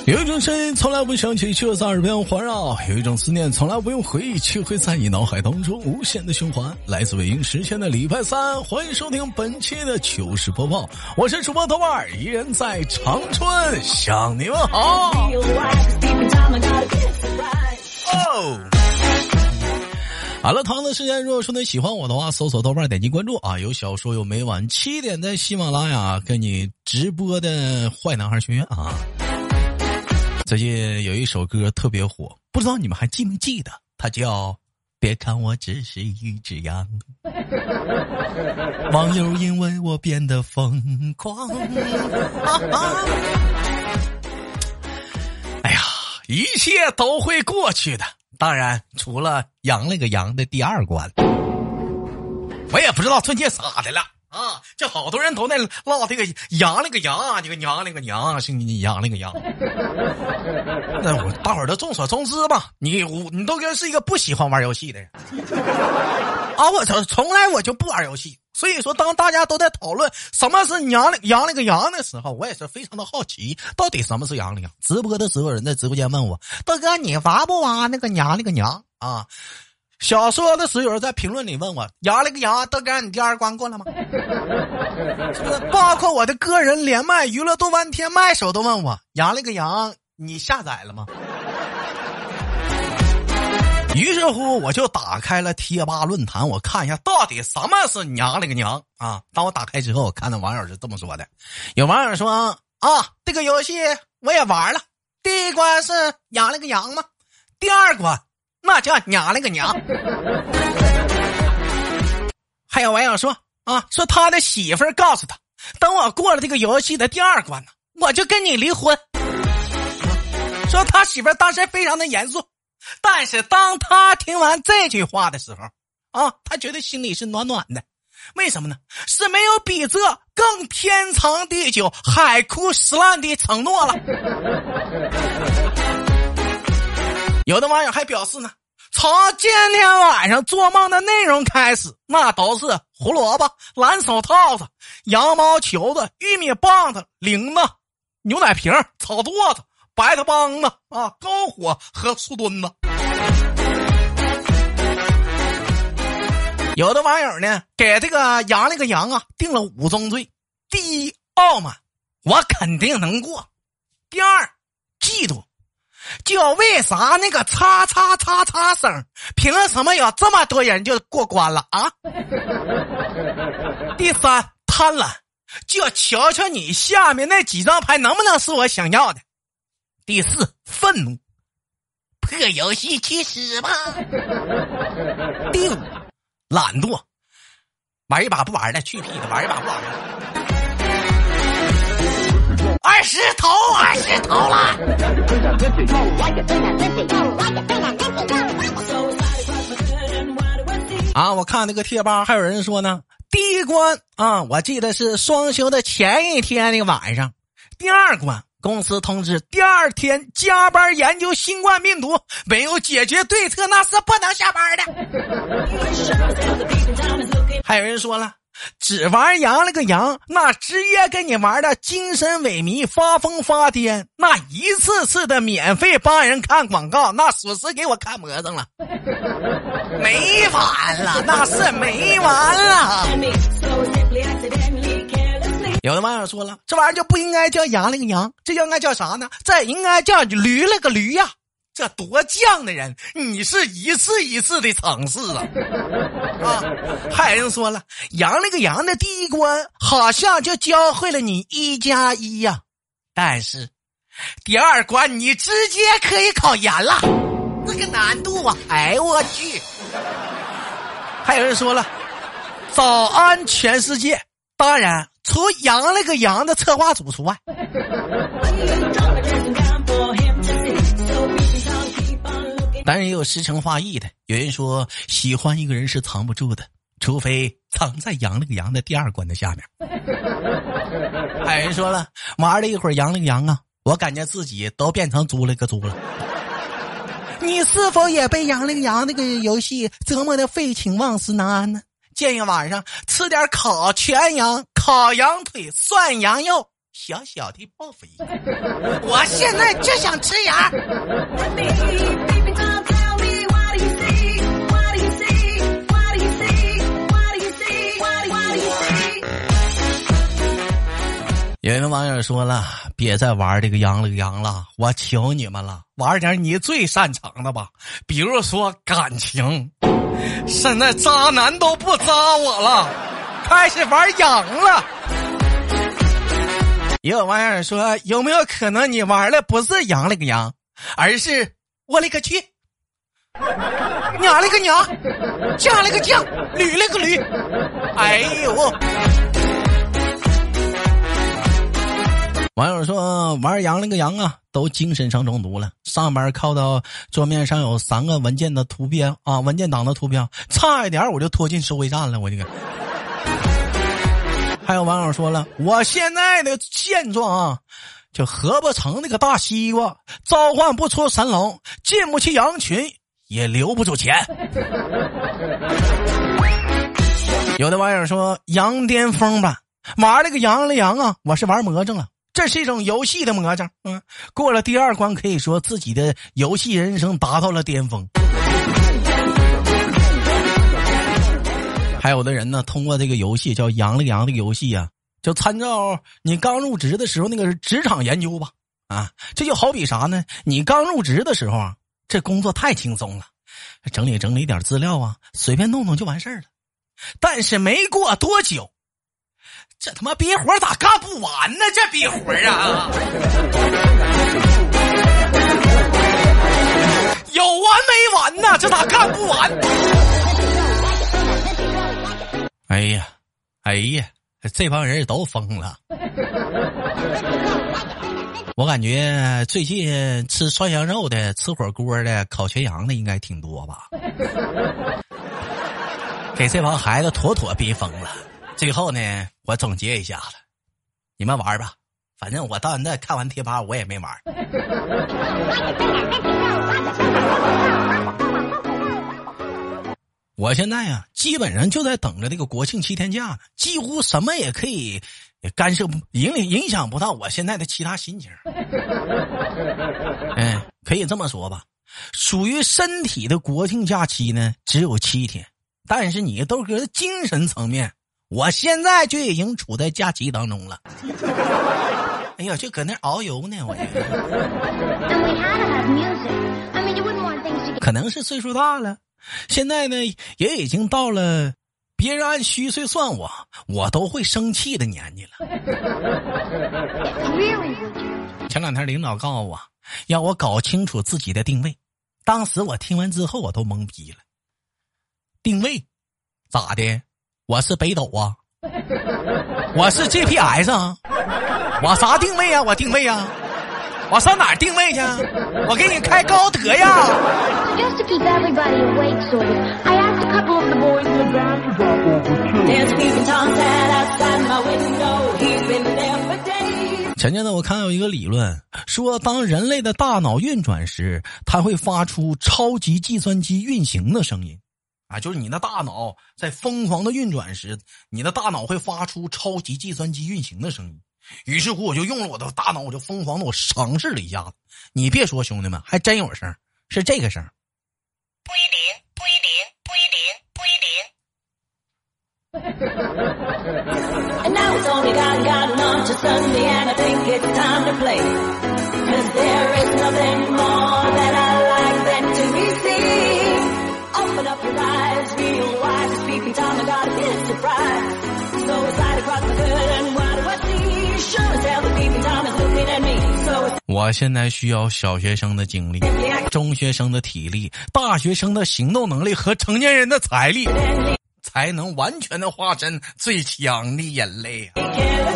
有一种声音从来不响起，却在耳边环绕；有一种思念从来不用回忆，却会在你脑海当中无限的循环。来自北京时间的礼拜三，欢迎收听本期的糗事播报，我是主播豆瓣，依然在长春向你们好。好了，同样的时间，如果说你喜欢我的话，搜索豆瓣点击关注啊，有小说，有每晚7点在喜马拉雅跟你直播的坏男孩学院啊。最近有一首歌特别火，不知道你们还记没记得，它叫别看我只是一只羊。网友因为我变得疯狂。哎呀，一切都会过去的，当然除了羊那个羊的第二关。我也不知道最近咋的了啊，就好多人都在唠这个羊那个羊啊，这个娘那个娘是你羊那个羊。那我大伙儿都众所周知吧，你都跟是一个不喜欢玩游戏的人啊，我从来我就不玩游戏。所以说当大家都在讨论什么是羊那个羊的时候，我也是非常的好奇，到底什么是羊那个羊。直播的时候有人在直播间问我，大哥你玩不玩那个娘啊？小说的时候有人在评论里问我，羊那个羊大哥你第二关过了吗？包括我的个人连麦娱乐豆瓣天麦手都问我，羊那个羊你下载了吗？于是乎我就打开了贴吧论坛，我看一下到底什么是娘那个娘啊。当我打开之后，我看到网友是这么说的，有网友说啊，这个游戏我也玩了，第一关是羊那个羊吗？第二关那叫娘那个娘。还有网友说啊，说他的媳妇儿告诉他，等我过了这个游戏的第二关呢，我就跟你离婚。说他媳妇儿当时非常的严肃，但是当他听完这句话的时候啊，他觉得心里是暖暖的。为什么呢？是没有比这更天长地久海枯石烂的承诺了。有的网友还表示呢，从今天晚上做梦的内容开始，那都是胡萝卜、蓝手套子、羊毛球子、玉米棒子、铃铛、牛奶瓶、草垛子、白头帮子啊、篝火和树墩子。有的网友呢给这个羊那个羊啊定了5宗罪：第一，傲慢，我肯定能过；第二，嫉妒，就为啥那个叉叉叉叉声，凭什么有这么多人就过关了啊？第三，贪婪，就瞧瞧你下面那几张牌能不能是我想要的。第四，愤怒，破游戏去死吧。第五，懒惰，玩一把不玩的，去屁的，玩一把不玩的。20头了。啊，我看那个贴吧还有人说呢，第一关啊，我记得是双休的前一天那个晚上；第二关公司通知第二天加班研究新冠病毒，没有解决对策那是不能下班的。还有人说了，只玩羊那个羊，那直接跟你玩的精神萎靡发疯发癫，那一次次的免费帮人看广告，那属实给我看魔怔了。没完了，那是没完了。有的网友说了，这玩意儿就不应该叫羊那个羊，这应该叫啥呢？这应该叫驴了个驴呀！这多犟的人，你是一次一次的尝试啊！啊，还有人说了，羊那个羊的第一关好像就教会了你1+1呀，但是第二关你直接可以考研了，这个难度啊！哎我去！还有人说了，早安全世界，当然除羊那个羊的策划组除外。当然也有诗情画意的，有人说喜欢一个人是藏不住的，除非藏在羊那个羊的第二关的下面。还有人说了，玩了一会儿羊那个羊啊，我感觉自己都变成猪了个猪了。你是否也被羊那个羊那个游戏折磨的废寝忘食难安呢？建议晚上吃点烤全羊、烤羊腿、涮羊肉， 小小的报复一下。我现在就想吃羊。有一个网友说了，别再玩这个羊了，我求你们了，玩点你最擅长的吧，比如说感情。现在渣男都不渣我了，开始玩羊了。也有网友说，有没有可能你玩的不是羊，而是我勒个去，娘了个娘，酱了个酱，驴了个驴。哎呦！网友说，玩羊了个羊啊，都精神上中毒了。上班靠到桌面上有3个文件的图片啊，文件档的图片，差一点我就拖进收费站了，我这个。还有网友说了，我现在的现状啊，就合不成那个大西瓜，召唤不出神龙，进不去羊群，也留不住钱。有的网友说，羊巅峰吧，玩了个羊了羊啊，我是玩魔怔了。这是一种游戏的魔怔，过了第2关，可以说自己的游戏人生达到了巅峰。还有的人呢，通过这个游戏叫羊了羊的游戏啊，就参照你刚入职的时候那个职场研究吧。啊，这就好比啥呢？你刚入职的时候啊，这工作太轻松了，整理点资料啊，随便弄就完事儿了。但是没过多久，这他妈憋活咋干不完呢？这憋活啊，有完没完呢？这咋干不完？哎呀，这帮人都疯了。我感觉最近吃涮羊肉的、吃火锅的、烤全羊的应该挺多吧。给这帮孩子妥逼疯了。最后呢，我总结一下子，你们玩吧，反正我到现在看完贴吧我也没玩。我现在啊，基本上就在等着这个国庆7天假呢，几乎什么也可以干涉影响不到我现在的其他心情。可以这么说吧，属于身体的国庆假期呢只有7天，但是你都搁精神层面，我现在就已经处在假期当中了。哎呀，就搁那遨游呢，我可能是岁数大了，现在呢也已经到了别人按虚岁算我都会生气的年纪了。前2天领导告诉我要我搞清楚自己的定位，当时我听完之后我都懵逼了。定位咋的？我是北斗啊，我是 GPS 啊，我啥定位啊？我定位啊，我上哪儿定位去？我给你开高德呀。Just to keep everybody awake, sort of, I asked a couple of the boys in the band to drop over. There's a peeping Tom sat outside my window. He's been there for days. 前天呢，我看到一个理论，说当人类的大脑运转时，它会发出超级计算机运行的声音。啊，就是你的大脑在疯狂的运转时，你的大脑会发出超级计算机运行的声音。于是乎，我就用了我的大脑，我就疯狂的我尝试了一下子。你别说，兄弟们，还真有声，是这个声。不一定。And now it's only gotten on to Sunday, and I think it's time to play. 'Cause there is nothing more that I like than to be seen. Open up your eyes, real wide, just peeping Tom, I got a big surprise. So I slide across the curtain, what do I see? Sure as hell the peeping Tom is looking at me. So 我现在需要小学生的精力，中学生的体力，大学生的行动能力和成年人的财力，才能完全的化身最强的人类啊！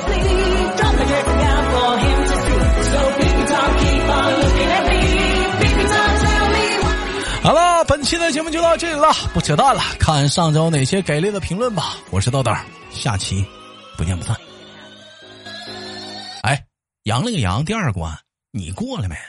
好了，本期的节目就到这里了，不扯淡了，看上周哪些给力的评论吧。我是豆豆，下期不见不散。哎，羊了个羊第2关，你过了没？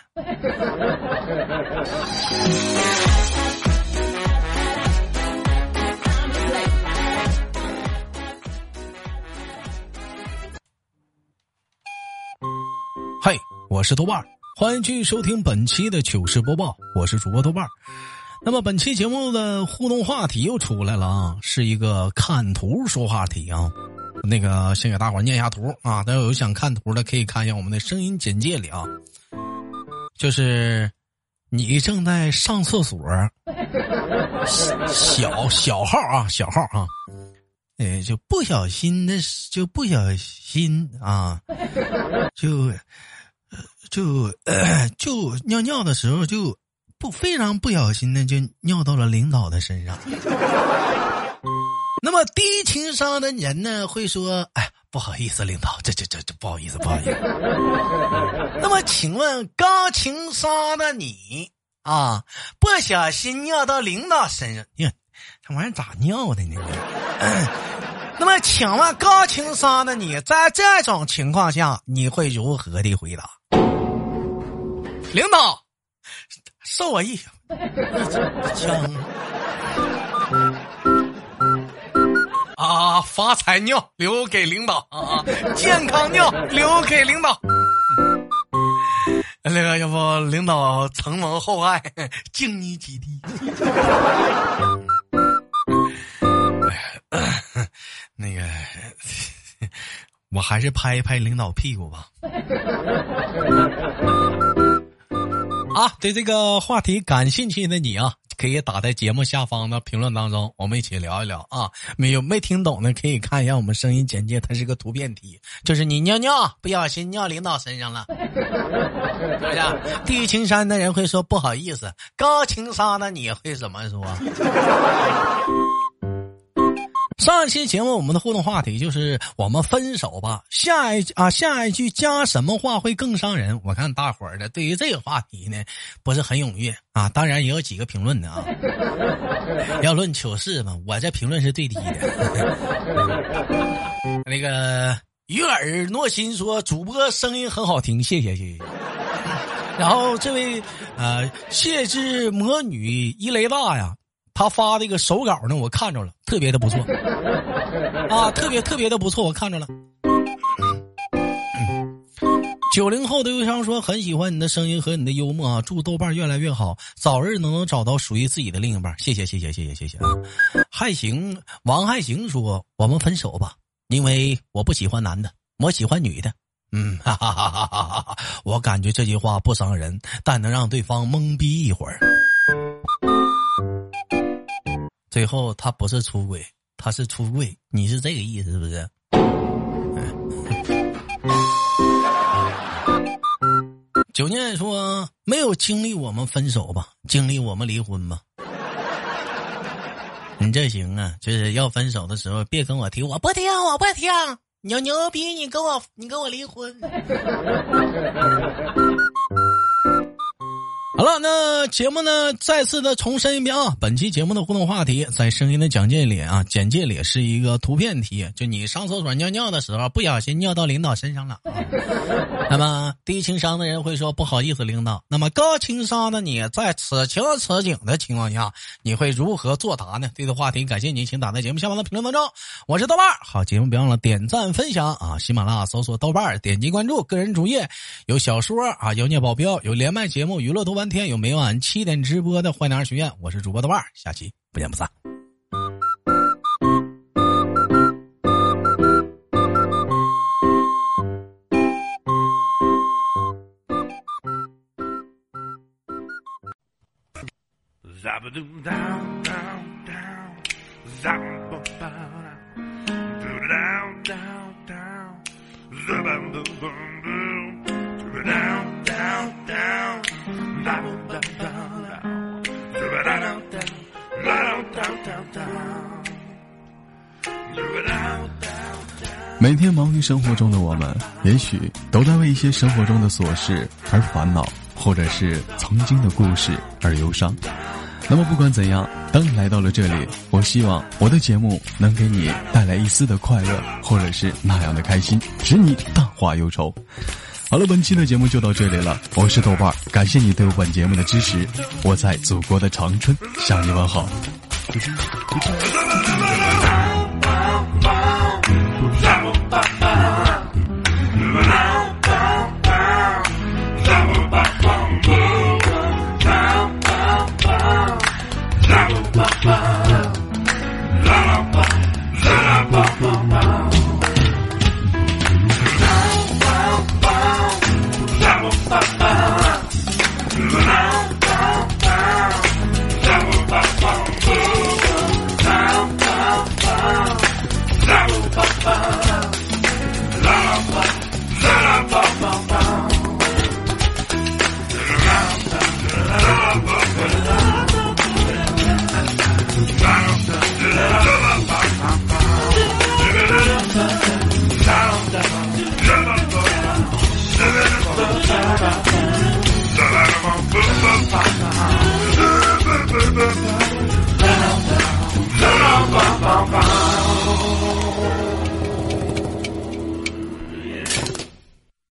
嗨，我是豆瓣，欢迎继续收听本期的糗事播报，我是主播豆瓣。那么本期节目的互动话题又出来了啊，是一个看图说话题啊。那个先给大伙念一下图啊，大家有想看图的可以看一下我们的声音简介里啊。就是你正在上厕所，小号啊，就不小心啊，就尿尿的时候就非常不小心的就尿到了领导的身上。那么低情商的人呢会说，哎，不好意思领导，这不好意思。那么请问高情商的你啊，不小心尿到领导身上，这玩意儿咋尿的呢？那么请问高情商的你在这种情况下你会如何的回答？领导受我一枪啊，发财尿留给领导啊，健康尿留给领导。那个要不领导承蒙厚爱，敬你几滴。那个我还是拍一拍领导屁股吧。啊，对这个话题感兴趣的你啊，可以打在节目下方的评论当中，我们一起聊一聊啊。没听懂的可以看一下我们声音简介，它是个图片题，就是你尿尿不小心尿领导身上了，是不是？低情商的人会说不好意思，高情商的你会怎么说？上一期节目我们的互动话题就是我们分手吧，下一句加什么话会更伤人？我看大伙儿的对于这个话题呢不是很踊跃啊，当然也有几个评论的啊。要论糗事嘛，我这评论是最低的。那个悦耳诺心说主播声音很好听，谢谢。然后这位谢之魔女伊雷大呀，他发这个手稿呢，我看着了，特别的不错啊，特别的不错，我看着了。90后的忧伤说很喜欢你的声音和你的幽默啊，祝豆瓣越来越好，早日能找到属于自己的另一半，谢谢啊。王汉行说我们分手吧，因为我不喜欢男的，我喜欢女的。哈哈哈哈哈哈！我感觉这句话不伤人，但能让对方懵逼一会儿。最后他不是出轨，他是出柜，你是这个意思是不是？九念说没有经历我们分手吧，经历我们离婚吧。你这行啊，就是要分手的时候别跟我提，我不听，你要牛逼你跟我离婚。好了，那节目呢再次的重申一遍啊，本期节目的互动话题在声音的简介里是一个图片题，就你上厕所尿尿的时候不小心尿到领导身上了啊。那么低情商的人会说不好意思领导，那么高情商的你在此情此景的情况下你会如何作答呢？这个话题感谢你，请打在节目下方的评论当中。我是豆瓣，好，节目别忘了点赞分享啊，喜马拉雅搜索豆瓣，点击关注，个人主页有小说啊，妖孽保镖，有连麦节目娱乐豆瓣天，有每晚7点直播的坏男儿学院，我是主播豆瓣，下期不见不散。 每天忙于生活中的我们，也许都在为一些生活中的琐事而烦恼，或者是曾经的故事而忧伤。那么不管怎样，当你来到了这里，我希望我的节目能给你带来一丝的快乐，或者是那样的开心，使你淡化忧愁。好了，本期的节目就到这里了，我是豆瓣，感谢你对我本节目的支持，我在祖国的长春向你问好。 路。